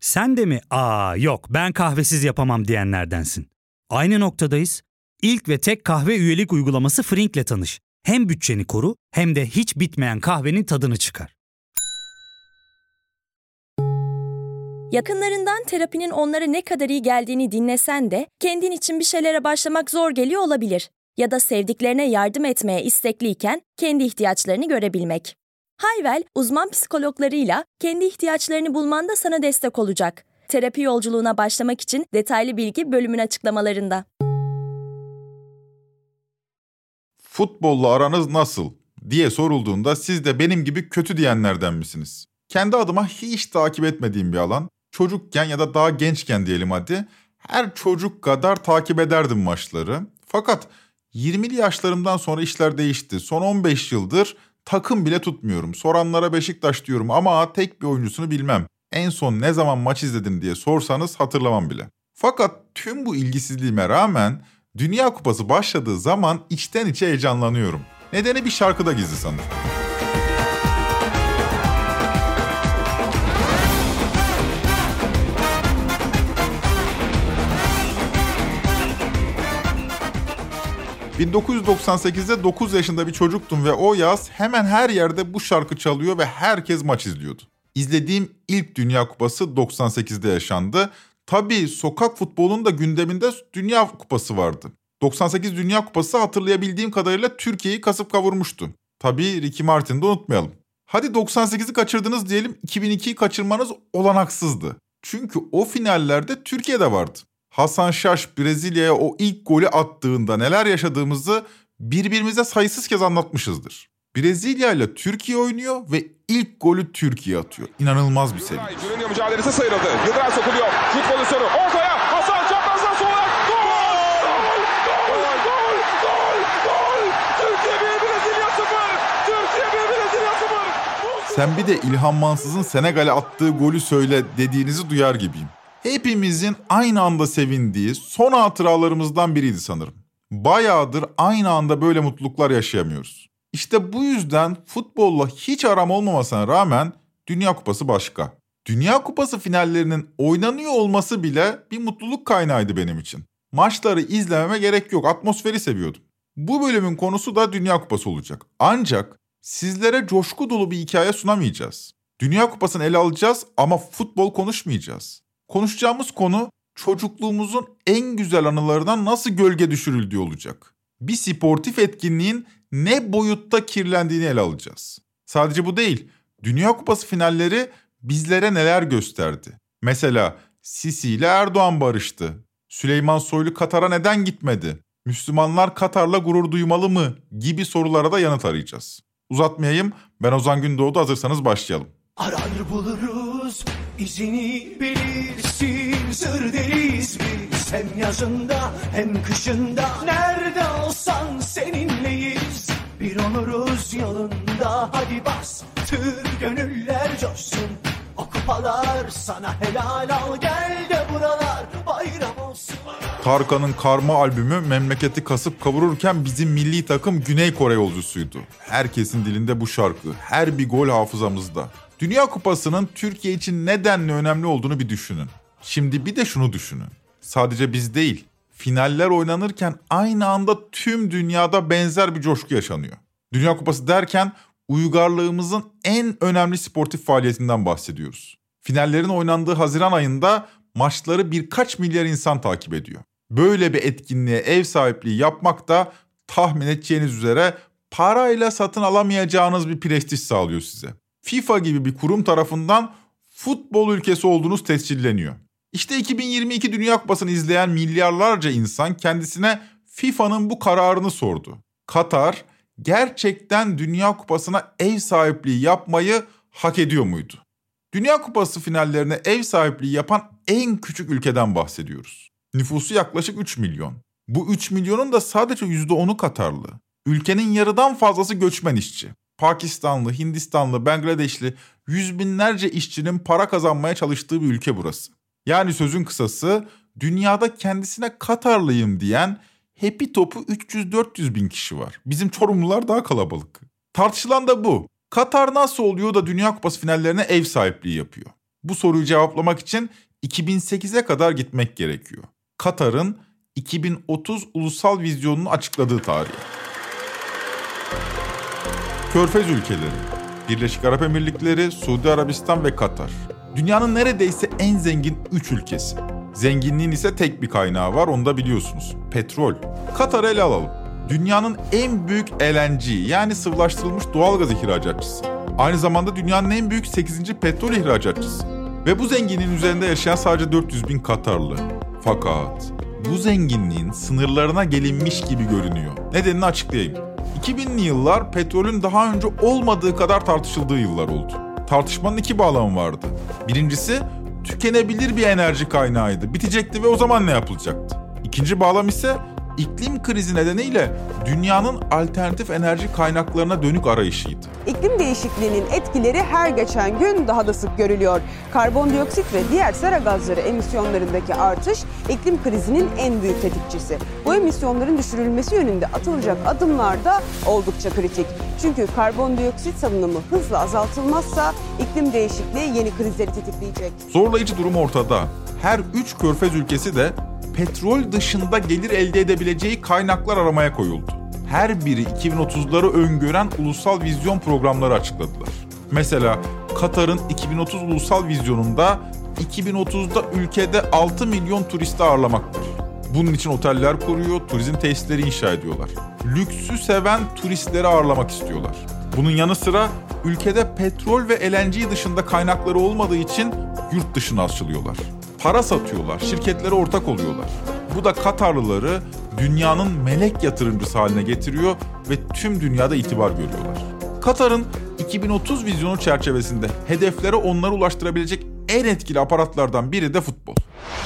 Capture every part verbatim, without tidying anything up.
Sen de mi "Aa yok ben kahvesiz yapamam" diyenlerdensin? Aynı noktadayız. İlk ve tek kahve üyelik uygulaması Frink'le tanış. Hem bütçeni koru hem de hiç bitmeyen kahvenin tadını çıkar. Yakınlarından terapinin onlara ne kadar iyi geldiğini dinlesen de kendin için bir şeylere başlamak zor geliyor olabilir. Ya da sevdiklerine yardım etmeye istekliyken kendi ihtiyaçlarını görebilmek. Hayvel, uzman psikologlarıyla kendi ihtiyaçlarını bulmanda sana destek olacak. Terapi yolculuğuna başlamak için detaylı bilgi bölümün açıklamalarında. Futbolla aranız nasıl diye sorulduğunda siz de benim gibi kötü diyenlerden misiniz? Kendi adıma hiç takip etmediğim bir alan. Çocukken ya da daha gençken diyelim hadi. Her çocuk kadar takip ederdim maçları. Fakat yirmili yaşlarımdan sonra işler değişti. Son on beş yıldır takım bile tutmuyorum. Soranlara Beşiktaş diyorum ama tek bir oyuncusunu bilmem. En son ne zaman maç izledim diye sorsanız hatırlamam bile. Fakat tüm bu ilgisizliğime rağmen Dünya Kupası başladığı zaman içten içe heyecanlanıyorum. Nedeni bir şarkıda gizli sanırım. bin dokuz yüz doksan sekizde dokuz yaşında bir çocuktum ve o yaz hemen her yerde bu şarkı çalıyor ve herkes maç izliyordu. İzlediğim ilk Dünya Kupası doksan sekizde yaşandı. Tabii sokak futbolunun da gündeminde Dünya Kupası vardı. doksan sekiz Dünya Kupası hatırlayabildiğim kadarıyla Türkiye'yi kasıp kavurmuştu. Tabii Ricky Martin'i de unutmayalım. Hadi doksan sekizi kaçırdınız diyelim, iki bin ikiyi kaçırmanız olanaksızdı. Çünkü o finallerde Türkiye'de vardı. Hasan Şaş Brezilya'ya o ilk golü attığında neler yaşadığımızı birbirimize sayısız kez anlatmışızdır. Brezilya ile Türkiye oynuyor ve ilk golü Türkiye atıyor. İnanılmaz bir sevinç. Junior mücadelesi sıyrıldı. Yıldıray sokuluyor. Şut pozisyonu ortaya. Hasan çaprazdan sola. Gol! Gol! Gol! Gol! Gol! Türkiye bir, Brezilya sıfır. Türkiye bir, Brezilya sıfır. Sen bir de İlhan Mansız'ın Senegal'e attığı golü söyle dediğinizi duyar gibiyim. Hepimizin aynı anda sevindiği son hatıralarımızdan biriydi sanırım. Bayağıdır aynı anda böyle mutluluklar yaşayamıyoruz. İşte bu yüzden futbolla hiç aram olmamasına rağmen Dünya Kupası başka. Dünya Kupası finallerinin oynanıyor olması bile bir mutluluk kaynağıydı benim için. Maçları izlememe gerek yok, atmosferi seviyordum. Bu bölümün konusu da Dünya Kupası olacak. Ancak sizlere coşku dolu bir hikaye sunamayacağız. Dünya Kupası'nı ele alacağız ama futbol konuşmayacağız. Konuşacağımız konu çocukluğumuzun en güzel anılarından nasıl gölge düşürüldüğü olacak. Bir sportif etkinliğin ne boyutta kirlendiğini ele alacağız. Sadece bu değil, Dünya Kupası finalleri bizlere neler gösterdi? Mesela Sisi ile Erdoğan barıştı. Süleyman Soylu Katar'a neden gitmedi? Müslümanlar Katar'la gurur duymalı mı? Gibi sorulara da yanıt arayacağız. Uzatmayayım, ben Ozan Gündoğdu, hazırsanız başlayalım. Arar buluruz, izini bilirsin, sır deriz biz. Hem yazında hem kışında, nerede olsan seninleyiz. Bir oluruz yolunda, hadi bas, tür gönüller coşsun. O kupalar sana helal, al gel de buralar bayram olsun. Tarkan'ın Karma albümü memleketi kasıp kavururken bizim milli takım Güney Kore yolcusuydu. Herkesin dilinde bu şarkı, her bir gol hafızamızda. Dünya Kupası'nın Türkiye için nedenle önemli olduğunu bir düşünün. Şimdi bir de şunu düşünün. Sadece biz değil, finaller oynanırken aynı anda tüm dünyada benzer bir coşku yaşanıyor. Dünya Kupası derken uygarlığımızın en önemli sportif faaliyetinden bahsediyoruz. Finallerin oynandığı Haziran ayında maçları birkaç milyar insan takip ediyor. Böyle bir etkinliğe ev sahipliği yapmak da tahmin edeceğiniz üzere parayla satın alamayacağınız bir prestij sağlıyor size. FIFA gibi bir kurum tarafından futbol ülkesi olduğunuz tescilleniyor. İşte iki bin yirmi iki Dünya Kupası'nı izleyen milyarlarca insan kendisine FIFA'nın bu kararını sordu. Katar gerçekten Dünya Kupası'na ev sahipliği yapmayı hak ediyor muydu? Dünya Kupası finallerine ev sahipliği yapan en küçük ülkeden bahsediyoruz. Nüfusu yaklaşık üç milyon. Bu üç milyonun da sadece yüzde onu Katarlı. Ülkenin yarıdan fazlası göçmen işçi. Pakistanlı, Hindistanlı, Bangladeşli yüz binlerce işçinin para kazanmaya çalıştığı bir ülke burası. Yani sözün kısası, dünyada kendisine Katarlıyım diyen hepi topu üç yüz dört yüz bin kişi var. Bizim Çorumlular daha kalabalık. Tartışılan da bu. Katar nasıl oluyor da Dünya Kupası finallerine ev sahipliği yapıyor? Bu soruyu cevaplamak için iki bin sekize kadar gitmek gerekiyor. Katar'ın iki bin otuz ulusal vizyonunu açıkladığı tarih. Körfez ülkeleri, Birleşik Arap Emirlikleri, Suudi Arabistan ve Katar. Dünyanın neredeyse en zengin üç ülkesi. Zenginliğin ise tek bir kaynağı var, onu da biliyorsunuz. Petrol. Katar'ı ele alalım. Dünyanın en büyük L N G yani sıvılaştırılmış doğalgaz ihracatçısı. Aynı zamanda dünyanın en büyük sekizinci petrol ihracatçısı. Ve bu zenginliğin üzerinde yaşayan sadece dört yüz bin Katarlı. Fakat bu zenginliğin sınırlarına gelinmiş gibi görünüyor. Nedenini açıklayayım. iki binli yıllar petrolün daha önce olmadığı kadar tartışıldığı yıllar oldu. Tartışmanın iki bağlamı vardı. Birincisi, tükenebilir bir enerji kaynağıydı. Bitecekti ve o zaman ne yapılacaktı? İkinci bağlam ise iklim krizi nedeniyle dünyanın alternatif enerji kaynaklarına dönük arayışıydı. İklim değişikliğinin etkileri her geçen gün daha da sık görülüyor. Karbondioksit ve diğer sera gazları emisyonlarındaki artış iklim krizinin en büyük tetikçisi. Bu emisyonların düşürülmesi yönünde atılacak adımlar da oldukça kritik. Çünkü karbondioksit salınımı hızla azaltılmazsa iklim değişikliği yeni krizleri tetikleyecek. Zorlayıcı durum ortada. Her üç körfez ülkesi de petrol dışında gelir elde edebileceği kaynaklar aramaya koyuldu. Her biri iki bin otuzları öngören ulusal vizyon programları açıkladılar. Mesela Katar'ın iki bin otuz ulusal vizyonunda iki bin otuzda ülkede altı milyon turisti ağırlamak var. Bunun için oteller kuruyor, turizm tesisleri inşa ediyorlar. Lüksü seven turistleri ağırlamak istiyorlar. Bunun yanı sıra ülkede petrol ve L N G dışında kaynakları olmadığı için yurt dışına açılıyorlar. Para satıyorlar, şirketlere ortak oluyorlar. Bu da Katarlıları dünyanın melek yatırımcısı haline getiriyor ve tüm dünyada itibar görüyorlar. Katar'ın iki bin otuz vizyonu çerçevesinde hedeflere onları ulaştırabilecek en etkili aparatlardan biri de futbol.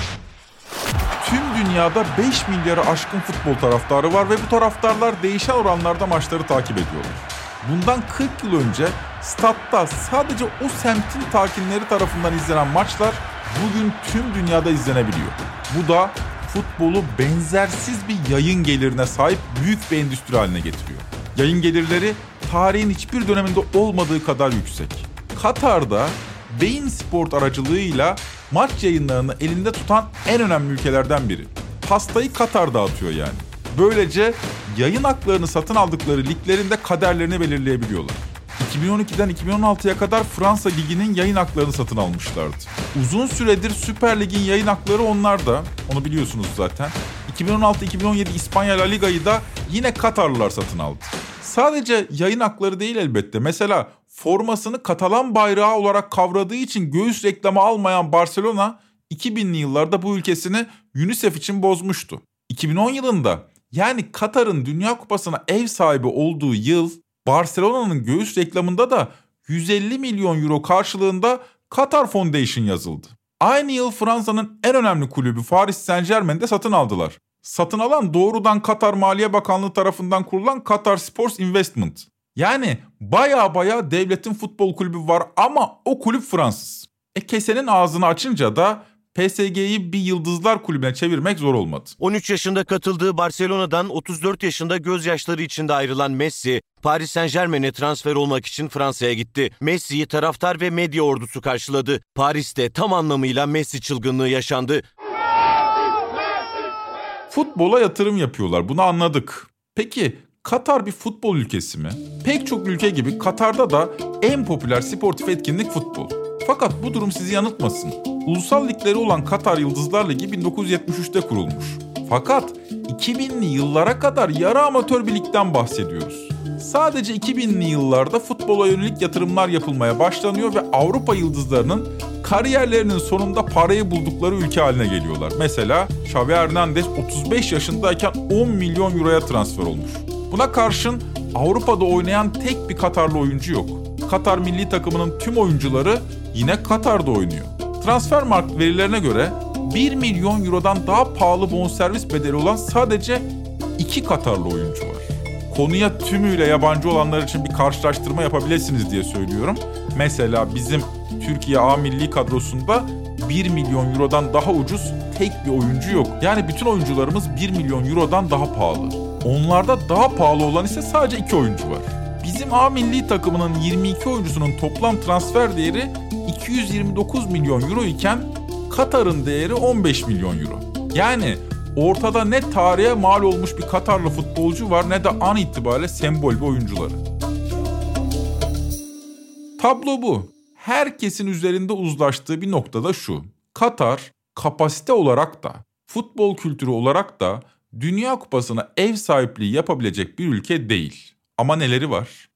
Tüm dünyada beş milyarı aşkın futbol taraftarı var ve bu taraftarlar değişen oranlarda maçları takip ediyorlar. Bundan kırk yıl önce statta sadece o semtin sakinleri tarafından izlenen maçlar bugün tüm dünyada izlenebiliyor. Bu da futbolu benzersiz bir yayın gelirine sahip büyük bir endüstri haline getiriyor. Yayın gelirleri tarihin hiçbir döneminde olmadığı kadar yüksek. Katar'da beIN Sport aracılığıyla maç yayınlarını elinde tutan en önemli ülkelerden biri. Pastayı Katar dağıtıyor yani. Böylece yayın haklarını satın aldıkları liglerin de kaderlerini belirleyebiliyorlar. iki bin on ikiden iki bin on altıya kadar Fransa Ligi'nin yayın haklarını satın almışlardı. Uzun süredir Süper Lig'in yayın hakları onlarda, onu biliyorsunuz zaten. iki bin on altı iki bin on yedi İspanya La Liga'yı da yine Katarlılar satın aldı. Sadece yayın hakları değil elbette. Mesela formasını Katalan bayrağı olarak kavradığı için göğüs reklamı almayan Barcelona, iki binli yıllarda bu ülkesini UNICEF için bozmuştu. iki bin on yılında yani Katar'ın Dünya Kupası'na ev sahibi olduğu yıl, Barcelona'nın göğüs reklamında da yüz elli milyon euro karşılığında Qatar Foundation yazıldı. Aynı yıl Fransa'nın en önemli kulübü Paris Saint-Germain'i de satın aldılar. Satın alan doğrudan Katar Maliye Bakanlığı tarafından kurulan Qatar Sports Investment. Yani baya baya devletin futbol kulübü var ama o kulüp Fransız. E kesenin ağzını açınca da P S G'yi bir yıldızlar kulübüne çevirmek zor olmadı. on üç yaşında katıldığı Barcelona'dan otuz dört yaşında gözyaşları içinde ayrılan Messi, Paris Saint-Germain'e transfer olmak için Fransa'ya gitti. Messi'yi taraftar ve medya ordusu karşıladı. Paris'te tam anlamıyla Messi çılgınlığı yaşandı. Futbola yatırım yapıyorlar, bunu anladık. Peki Katar bir futbol ülkesi mi? Pek çok ülke gibi Katar'da da en popüler sportif etkinlik futbol. Fakat bu durum sizi yanıltmasın. Ulusal ligleri olan Katar Yıldızlar Ligi bin dokuz yüz yetmiş üçte kurulmuş. Fakat iki binli yıllara kadar yarı amatör bir ligden bahsediyoruz. Sadece iki binli yıllarda futbola yönelik yatırımlar yapılmaya başlanıyor ve Avrupa yıldızlarının kariyerlerinin sonunda parayı buldukları ülke haline geliyorlar. Mesela Xavi Hernandez otuz beş yaşındayken on milyon euroya transfer olmuş. Buna karşın Avrupa'da oynayan tek bir Katarlı oyuncu yok. Katar milli takımının tüm oyuncuları yine Katar'da oynuyor. Transfermarkt verilerine göre bir milyon eurodan daha pahalı bonservis bedeli olan sadece iki Katarlı oyuncu var. Konuya tümüyle yabancı olanlar için bir karşılaştırma yapabilirsiniz diye söylüyorum. Mesela bizim Türkiye A milli kadrosunda bir milyon eurodan daha ucuz tek bir oyuncu yok. Yani bütün oyuncularımız bir milyon eurodan daha pahalı. Onlarda daha pahalı olan ise sadece iki oyuncu var. Bizim A milli takımının yirmi iki oyuncusunun toplam transfer değeri iki yüz yirmi dokuz milyon euro iken Katar'ın değeri on beş milyon euro. Yani ortada ne tarihe mal olmuş bir Katarlı futbolcu var ne de an itibariyle sembol bir oyuncuları. Tablo bu. Herkesin üzerinde uzlaştığı bir noktada şu. Katar kapasite olarak da, futbol kültürü olarak da Dünya Kupası'na ev sahipliği yapabilecek bir ülke değil. Ama neleri var?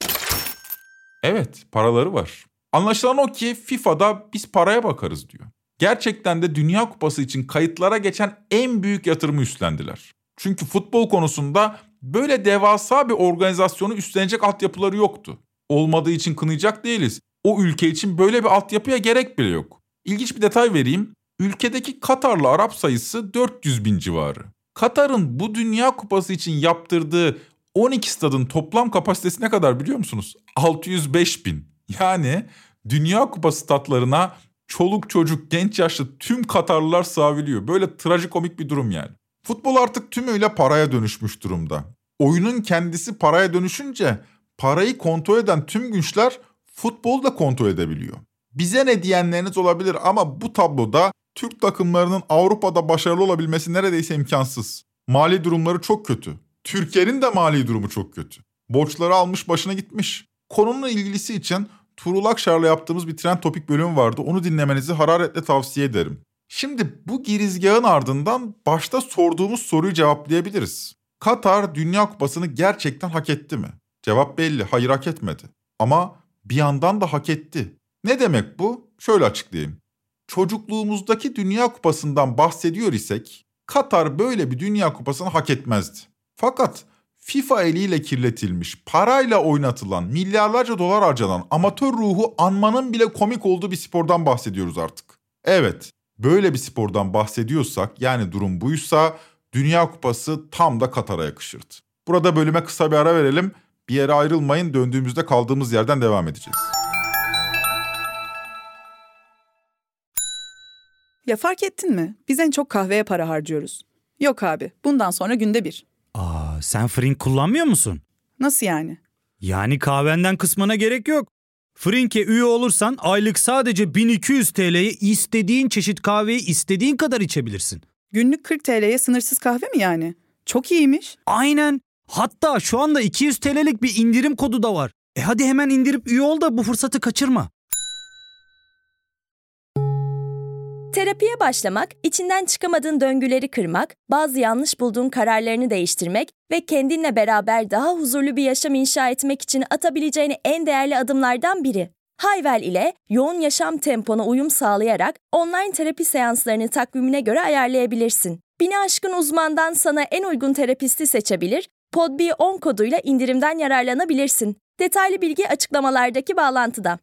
Evet, paraları var. Anlaşılan o ki FIFA'da biz paraya bakarız diyor. Gerçekten de Dünya Kupası için kayıtlara geçen en büyük yatırımı üstlendiler. Çünkü futbol konusunda böyle devasa bir organizasyonu üstlenecek altyapıları yoktu. Olmadığı için kınayacak değiliz. O ülke için böyle bir altyapıya gerek bile yok. İlginç bir detay vereyim. Ülkedeki Katarlı Arap sayısı dört yüz bin civarı. Katar'ın bu Dünya Kupası için yaptırdığı on iki stadın toplam kapasitesi ne kadar biliyor musunuz? altı yüz beş bin. Yani Dünya Kupası statlarına çoluk çocuk genç yaşlı tüm Katarlılar sığabiliyor. Böyle trajikomik bir durum yani. Futbol artık tümüyle paraya dönüşmüş durumda. Oyunun kendisi paraya dönüşünce parayı kontrol eden tüm güçler futbolu da kontrol edebiliyor. Bize ne diyenleriniz olabilir ama bu tabloda Türk takımlarının Avrupa'da başarılı olabilmesi neredeyse imkansız. Mali durumları çok kötü. Türkiye'nin de mali durumu çok kötü. Borçları almış başına gitmiş. Konunun ilgilisi için Tuğrul Akşar'la yaptığımız bir Trend Topik bölümü vardı. Onu dinlemenizi hararetle tavsiye ederim. Şimdi bu girizgahın ardından başta sorduğumuz soruyu cevaplayabiliriz. Katar Dünya Kupası'nı gerçekten hak etti mi? Cevap belli, hayır hak etmedi. Ama bir yandan da hak etti. Ne demek bu? Şöyle açıklayayım. Çocukluğumuzdaki Dünya Kupası'ndan bahsediyor isek, Katar böyle bir Dünya Kupası'nı hak etmezdi. Fakat FIFA eliyle kirletilmiş, parayla oynatılan, milyarlarca dolar harcanan, amatör ruhu anmanın bile komik olduğu bir spordan bahsediyoruz artık. Evet, böyle bir spordan bahsediyorsak, yani durum buysa, Dünya Kupası tam da Katar'a yakışırdı. Burada bölüme kısa bir ara verelim. Bir yere ayrılmayın, döndüğümüzde kaldığımız yerden devam edeceğiz. Ya fark ettin mi? Biz en çok kahveye para harcıyoruz. Yok abi, bundan sonra günde bir. Aa, sen Frink kullanmıyor musun? Nasıl yani? Yani kahvenden kısmına gerek yok. Frink'e üye olursan aylık sadece bin iki yüz T L'ye istediğin çeşit kahveyi istediğin kadar içebilirsin. Günlük kırk T L'ye sınırsız kahve mi yani? Çok iyiymiş. Aynen. Hatta şu anda iki yüz T L'lik bir indirim kodu da var. E hadi hemen indirip üye ol da bu fırsatı kaçırma. Terapiye başlamak, içinden çıkamadığın döngüleri kırmak, bazı yanlış bulduğun kararlarını değiştirmek ve kendinle beraber daha huzurlu bir yaşam inşa etmek için atabileceğin en değerli adımlardan biri. Hayvel ile yoğun yaşam tempona uyum sağlayarak online terapi seanslarını takvimine göre ayarlayabilirsin. Bini aşkın uzmandan sana en uygun terapisti seçebilir, Pod B on koduyla indirimden yararlanabilirsin. Detaylı bilgi açıklamalardaki bağlantıda.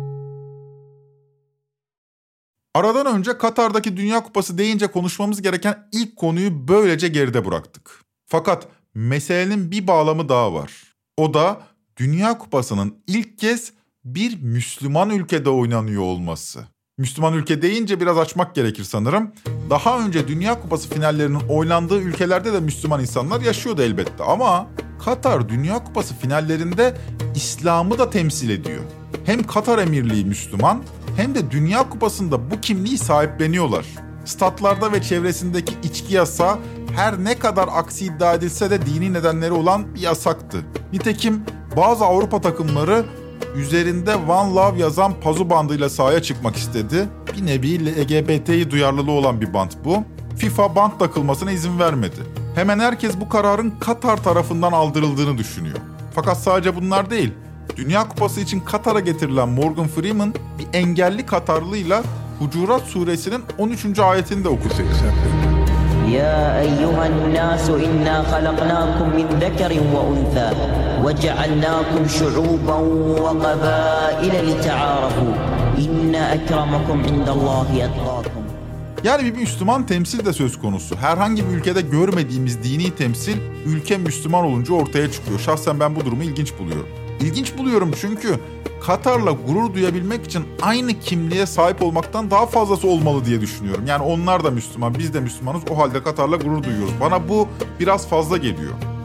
Aradan önce Katar'daki Dünya Kupası deyince konuşmamız gereken ilk konuyu böylece geride bıraktık. Fakat meselenin bir bağlamı daha var. O da Dünya Kupası'nın ilk kez bir Müslüman ülkede oynanıyor olması. Müslüman ülke deyince biraz açmak gerekir sanırım. Daha önce Dünya Kupası finallerinin oynandığı ülkelerde de Müslüman insanlar yaşıyordu elbette. Ama Katar Dünya Kupası finallerinde İslam'ı da temsil ediyor. Hem Katar Emirliği Müslüman hem de Dünya Kupası'nda bu kimliği sahipleniyorlar. Statlarda ve çevresindeki içki yasağı her ne kadar aksi iddia edilse de dini nedenleri olan bir yasaktı. Nitekim bazı Avrupa takımları üzerinde One Love yazan pazu bandıyla sahaya çıkmak istedi. Bir nevi L G B T'yi duyarlılığı olan bir bant bu. FIFA bant takılmasına izin vermedi. Hemen herkes bu kararın Katar tarafından aldırıldığını düşünüyor. Fakat sadece bunlar değil. Dünya Kupası için Katar'a getirilen Morgan Freeman bir engelli Katarlıyla Hucurat Suresinin on üçüncü ayetini de okudu. Ya eyyuhan nasu inna halaknakum min zekerin ve untha ve cealnakum şu'uban ve qabaile li ta'arafu inna ekramakum indallahi etqakum. Yani bir Müslüman temsil de söz konusu. Herhangi bir ülkede görmediğimiz dini temsil ülke Müslüman olunca ortaya çıkıyor. Şahsen ben bu durumu ilginç buluyorum. İlginç buluyorum çünkü Katar'la gurur duyabilmek için aynı kimliğe sahip olmaktan daha fazlası olmalı diye düşünüyorum. Yani onlar da Müslüman, biz de Müslümanız. O halde Katar'la gurur duyuyoruz. Bana bu biraz fazla geliyor.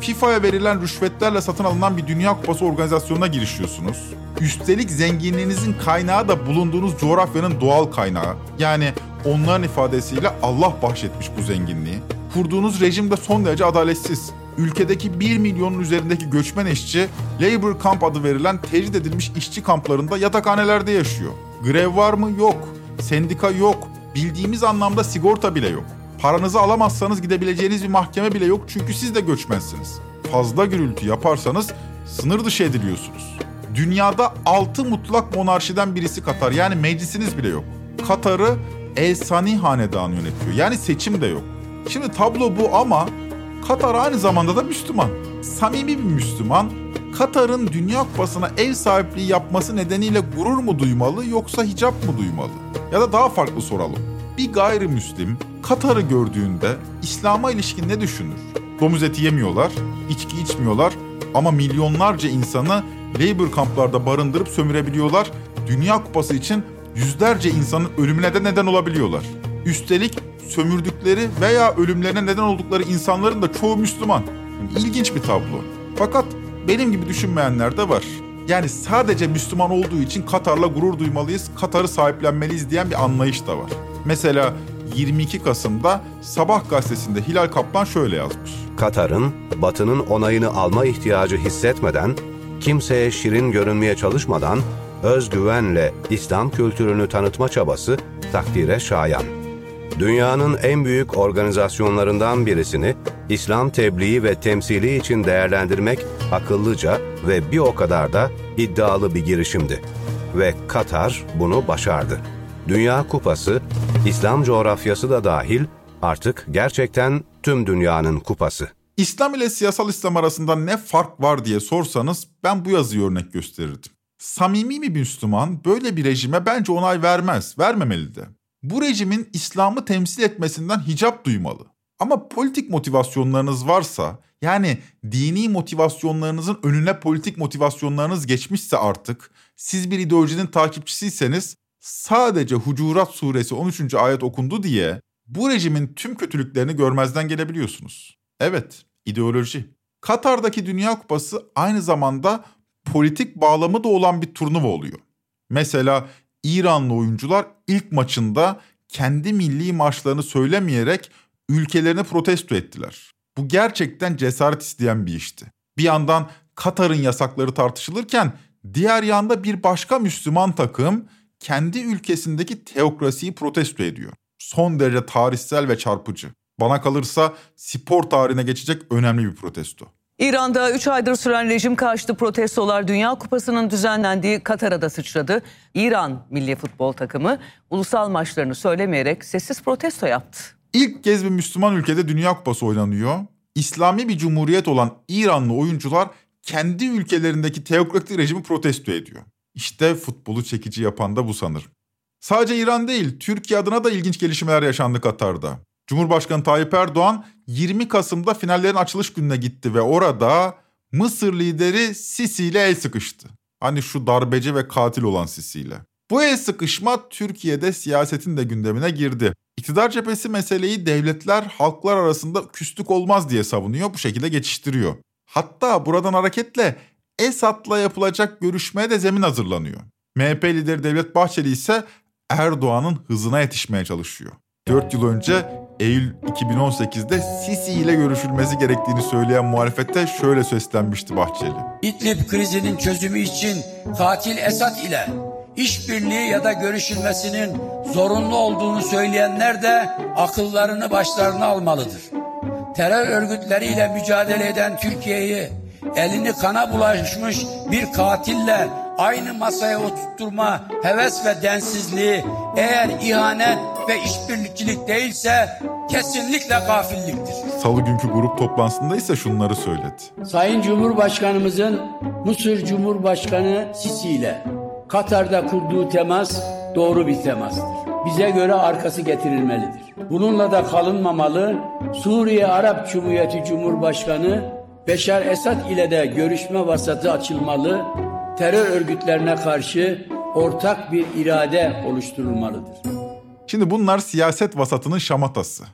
FIFA'ya verilen rüşvetlerle satın alınan bir Dünya Kupası organizasyonuna girişiyorsunuz. Üstelik zenginliğinizin kaynağı da bulunduğunuz coğrafyanın doğal kaynağı. Yani onların ifadesiyle Allah bahşetmiş bu zenginliği. Kurduğunuz rejim de son derece adaletsiz. Ülkedeki bir milyonun üzerindeki göçmen işçi, Labor Camp adı verilen tecrit edilmiş işçi kamplarında yatakhanelerde yaşıyor. Grev var mı? Yok. Sendika yok. Bildiğimiz anlamda sigorta bile yok. Paranızı alamazsanız gidebileceğiniz bir mahkeme bile yok çünkü siz de göçmensiniz. Fazla gürültü yaparsanız sınır dışı ediliyorsunuz. Dünyada altı mutlak monarşiden birisi Katar, yani meclisiniz bile yok. Katar'ı El Sani Hanedanı yönetiyor, yani seçim de yok. Şimdi tablo bu ama Katar aynı zamanda da Müslüman. Samimi bir Müslüman, Katar'ın Dünya Kupası'na ev sahipliği yapması nedeniyle gurur mu duymalı yoksa hicap mı duymalı? Ya da daha farklı soralım. Bir gayrimüslim Katar'ı gördüğünde İslam'a ilişkin ne düşünür? Domuz eti yemiyorlar, içki içmiyorlar ama milyonlarca insanı labor kamplarda barındırıp sömürebiliyorlar. Dünya Kupası için yüzlerce insanın ölümüne de neden olabiliyorlar. Üstelik sömürdükleri veya ölümlerine neden oldukları insanların da çoğu Müslüman. Yani ilginç bir tablo. Fakat benim gibi düşünmeyenler de var. Yani sadece Müslüman olduğu için Katar'la gurur duymalıyız, Katar'ı sahiplenmeliyiz diyen bir anlayış da var. Mesela yirmi iki Kasım'da Sabah gazetesinde Hilal Kaplan şöyle yazmış. Katar'ın, Batı'nın onayını alma ihtiyacı hissetmeden, kimseye şirin görünmeye çalışmadan, özgüvenle İslam kültürünü tanıtma çabası takdire şayan. Dünyanın en büyük organizasyonlarından birisini İslam tebliği ve temsili için değerlendirmek akıllıca ve bir o kadar da iddialı bir girişimdi. Ve Katar bunu başardı. Dünya Kupası, İslam coğrafyası da dahil artık gerçekten tüm dünyanın kupası. İslam ile siyasal İslam arasında ne fark var diye sorsanız ben bu yazıyı örnek gösterirdim. Samimi bir Müslüman böyle bir rejime bence onay vermez, vermemeli de. Bu rejimin İslam'ı temsil etmesinden hicap duymalı. Ama politik motivasyonlarınız varsa, yani dini motivasyonlarınızın önüne politik motivasyonlarınız geçmişse artık, siz bir ideolojinin takipçisiyseniz, sadece Hucurat Suresi on üçüncü ayet okundu diye bu rejimin tüm kötülüklerini görmezden gelebiliyorsunuz. Evet, ideoloji. Katar'daki Dünya Kupası aynı zamanda politik bağlamı da olan bir turnuva oluyor. Mesela İranlı oyuncular ilk maçında kendi milli marşlarını söylemeyerek ülkelerini protesto ettiler. Bu gerçekten cesaret isteyen bir işti. Bir yandan Katar'ın yasakları tartışılırken diğer yanda bir başka Müslüman takım kendi ülkesindeki teokrasiyi protesto ediyor. Son derece tarihsel ve çarpıcı. Bana kalırsa spor tarihine geçecek önemli bir protesto. İran'da üç aydır süren rejim karşıtı protestolar Dünya Kupası'nın düzenlendiği Katar'a da sıçradı. İran milli futbol takımı ulusal maçlarını söylemeyerek sessiz protesto yaptı. İlk kez bir Müslüman ülkede Dünya Kupası oynanıyor. İslami bir cumhuriyet olan İranlı oyuncular kendi ülkelerindeki teokratik rejimi protesto ediyor. İşte futbolu çekici yapan da bu sanırım. Sadece İran değil, Türkiye adına da ilginç gelişmeler yaşandı Katar'da. Cumhurbaşkanı Tayyip Erdoğan yirmi Kasım'da finallerin açılış gününe gitti ve orada Mısır lideri Sisi ile el sıkıştı. Hani şu darbeci ve katil olan Sisi ile. Bu el sıkışma Türkiye'de siyasetin de gündemine girdi. İktidar cephesi meseleyi devletler halklar arasında küslük olmaz diye savunuyor, bu şekilde geçiştiriyor. Hatta buradan hareketle Esad'la yapılacak görüşmeye de zemin hazırlanıyor. M H P lideri Devlet Bahçeli ise Erdoğan'ın hızına yetişmeye çalışıyor. dört yıl önce Eylül iki bin on sekizde Sisi ile görüşülmesi gerektiğini söyleyen muhalefette şöyle seslenmişti Bahçeli. İdlib krizinin çözümü için katil Esad ile işbirliği ya da görüşülmesinin zorunlu olduğunu söyleyenler de akıllarını başlarına almalıdır. Terör örgütleriyle mücadele eden Türkiye'yi elini kana bulaşmış bir katille aynı masaya oturtturma heves ve densizliği eğer ihanet ve işbirlikçilik değilse kesinlikle gafilliktir. Salı günkü grup toplantısında ise şunları söyledi. Sayın Cumhurbaşkanımızın Mısır Cumhurbaşkanı Sisi ile Katar'da kurduğu temas doğru bir temastır. Bize göre arkası getirilmelidir. Bununla da kalınmamalı. Suriye Arap Cumhuriyeti Cumhurbaşkanı Beşar Esad ile de görüşme vasatı açılmalı. Terör örgütlerine karşı ortak bir irade oluşturulmalıdır. Şimdi bunlar siyaset vasatının şamatası.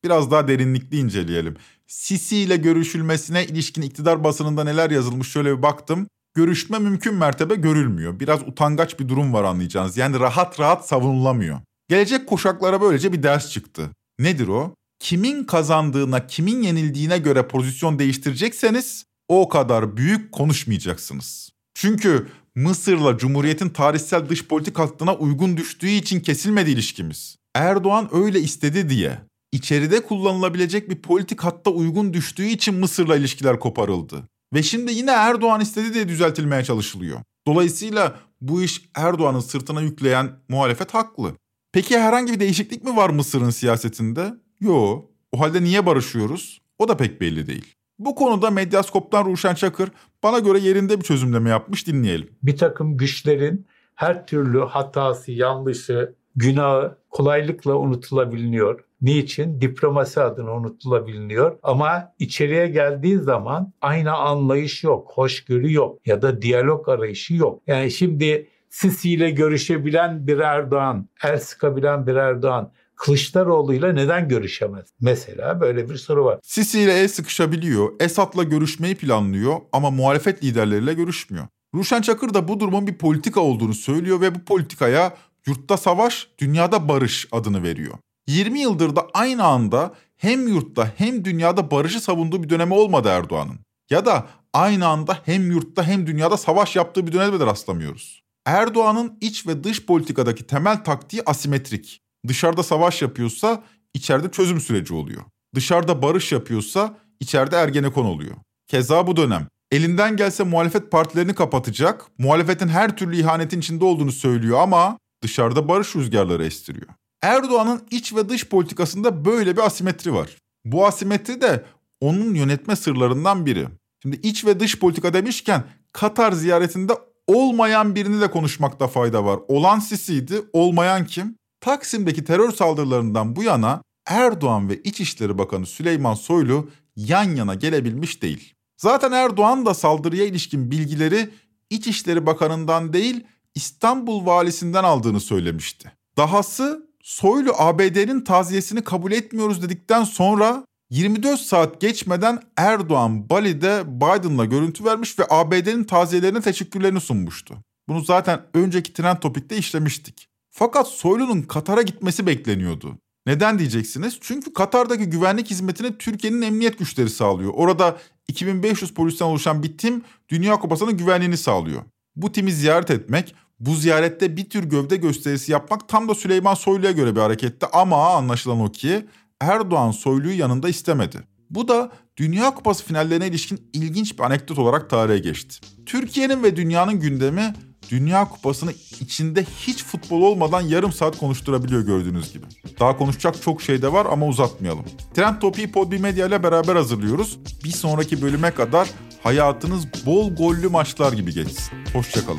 Biraz daha derinlikli inceleyelim. Sisi ile görüşülmesine ilişkin iktidar basınında neler yazılmış şöyle bir baktım. Görüşme mümkün mertebe görülmüyor. Biraz utangaç bir durum var anlayacağınız. Yani rahat rahat savunulamıyor. Gelecek kuşaklara böylece bir ders çıktı. Nedir o? Kimin kazandığına, kimin yenildiğine göre pozisyon değiştirecekseniz o kadar büyük konuşmayacaksınız. Çünkü Mısır'la Cumhuriyet'in tarihsel dış politik hattına uygun düştüğü için kesilmedi ilişkimiz. Erdoğan öyle istedi diye. İçeride kullanılabilecek bir politik hatta uygun düştüğü için Mısır'la ilişkiler koparıldı. Ve şimdi yine Erdoğan istedi diye düzeltilmeye çalışılıyor. Dolayısıyla bu iş Erdoğan'ın sırtına yükleyen muhalefet haklı. Peki herhangi bir değişiklik mi var Mısır'ın siyasetinde? Yo. O halde niye barışıyoruz? O da pek belli değil. Bu konuda Medyaskop'tan Ruşen Çakır bana göre yerinde bir çözümleme yapmış, dinleyelim. Bir takım güçlerin her türlü hatası, yanlışı, günahı kolaylıkla unutulabiliyor. Niçin? Diplomasi adına unutulabiliyor. Ama içeriye geldiği zaman aynı anlayış yok, hoşgörü yok ya da diyalog arayışı yok. Yani şimdi Sisi ile görüşebilen bir Erdoğan, el sıkabilen bir Erdoğan, Kılıçdaroğlu'yla neden görüşemez? Mesela böyle bir soru var. Sisi ile el sıkışabiliyor, Esad'la görüşmeyi planlıyor ama muhalefet liderleriyle görüşmüyor. Ruşen Çakır da bu durumun bir politika olduğunu söylüyor ve bu politikaya yurtta savaş, dünyada barış adını veriyor. yirmi yıldır da aynı anda hem yurtta hem dünyada barışı savunduğu bir dönemi olmadı Erdoğan'ın. Ya da aynı anda hem yurtta hem dünyada savaş yaptığı bir döneme de rastlamıyoruz. Erdoğan'ın iç ve dış politikadaki temel taktiği asimetrik. Dışarıda savaş yapıyorsa içeride çözüm süreci oluyor. Dışarıda barış yapıyorsa içeride Ergenekon oluyor. Keza bu dönem. Elinden gelse muhalefet partilerini kapatacak, muhalefetin her türlü ihanetin içinde olduğunu söylüyor ama dışarıda barış rüzgarları estiriyor. Erdoğan'ın iç ve dış politikasında böyle bir asimetri var. Bu asimetri de onun yönetme sırlarından biri. Şimdi iç ve dış politika demişken Katar ziyaretinde olmayan birini de konuşmakta fayda var. Olan Sisi'ydi, olmayan kim? Taksim'deki terör saldırılarından bu yana Erdoğan ve İçişleri Bakanı Süleyman Soylu yan yana gelebilmiş değil. Zaten Erdoğan da saldırıya ilişkin bilgileri İçişleri Bakanı'ndan değil İstanbul Valisi'nden aldığını söylemişti. Dahası Soylu A B D'nin taziyesini kabul etmiyoruz dedikten sonra yirmi dört saat geçmeden Erdoğan Bali'de Biden'la görüntü vermiş ve A B D'nin taziyelerine teşekkürlerini sunmuştu. Bunu zaten önceki Trend Topik'te işlemiştik. Fakat Soylu'nun Katar'a gitmesi bekleniyordu. Neden diyeceksiniz? Çünkü Katar'daki güvenlik hizmetini Türkiye'nin emniyet güçleri sağlıyor. Orada iki bin beş yüz polisten oluşan bir tim Dünya Kupası'nın güvenliğini sağlıyor. Bu timi ziyaret etmek, bu ziyarette bir tür gövde gösterisi yapmak tam da Süleyman Soylu'ya göre bir hareketti ama anlaşılan o ki Erdoğan Soylu'yu yanında istemedi. Bu da Dünya Kupası finallerine ilişkin ilginç bir anekdot olarak tarihe geçti. Türkiye'nin ve dünyanın gündemi Dünya Kupası'nı içinde hiç futbol olmadan yarım saat konuşturabiliyor gördüğünüz gibi. Daha konuşacak çok şey de var ama uzatmayalım. Trend Topik'i Podbi Medya ile beraber hazırlıyoruz. Bir sonraki bölüme kadar hayatınız bol gollü maçlar gibi geçsin. Hoşçakalın.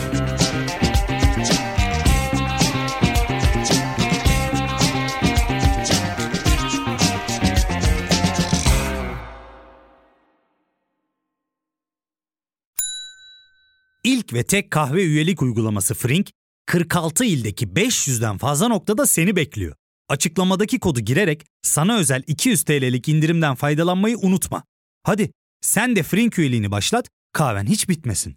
İlk ve tek kahve üyelik uygulaması Frink, kırk altı ildeki beş yüzden fazla noktada seni bekliyor. Açıklamadaki kodu girerek sana özel iki yüz TL'lik indirimden faydalanmayı unutma. Hadi sen de Frink üyeliğini başlat, kahven hiç bitmesin.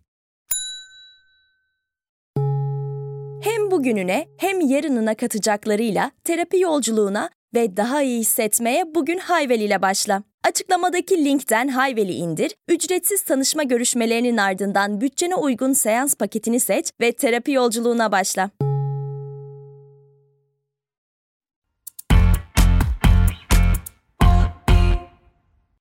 Hem bugününe hem yarınına katacaklarıyla terapi yolculuğuna ve daha iyi hissetmeye bugün Hayvel ile başla. Açıklamadaki linkten Hayvel'i indir, ücretsiz tanışma görüşmelerinin ardından bütçene uygun seans paketini seç ve terapi yolculuğuna başla.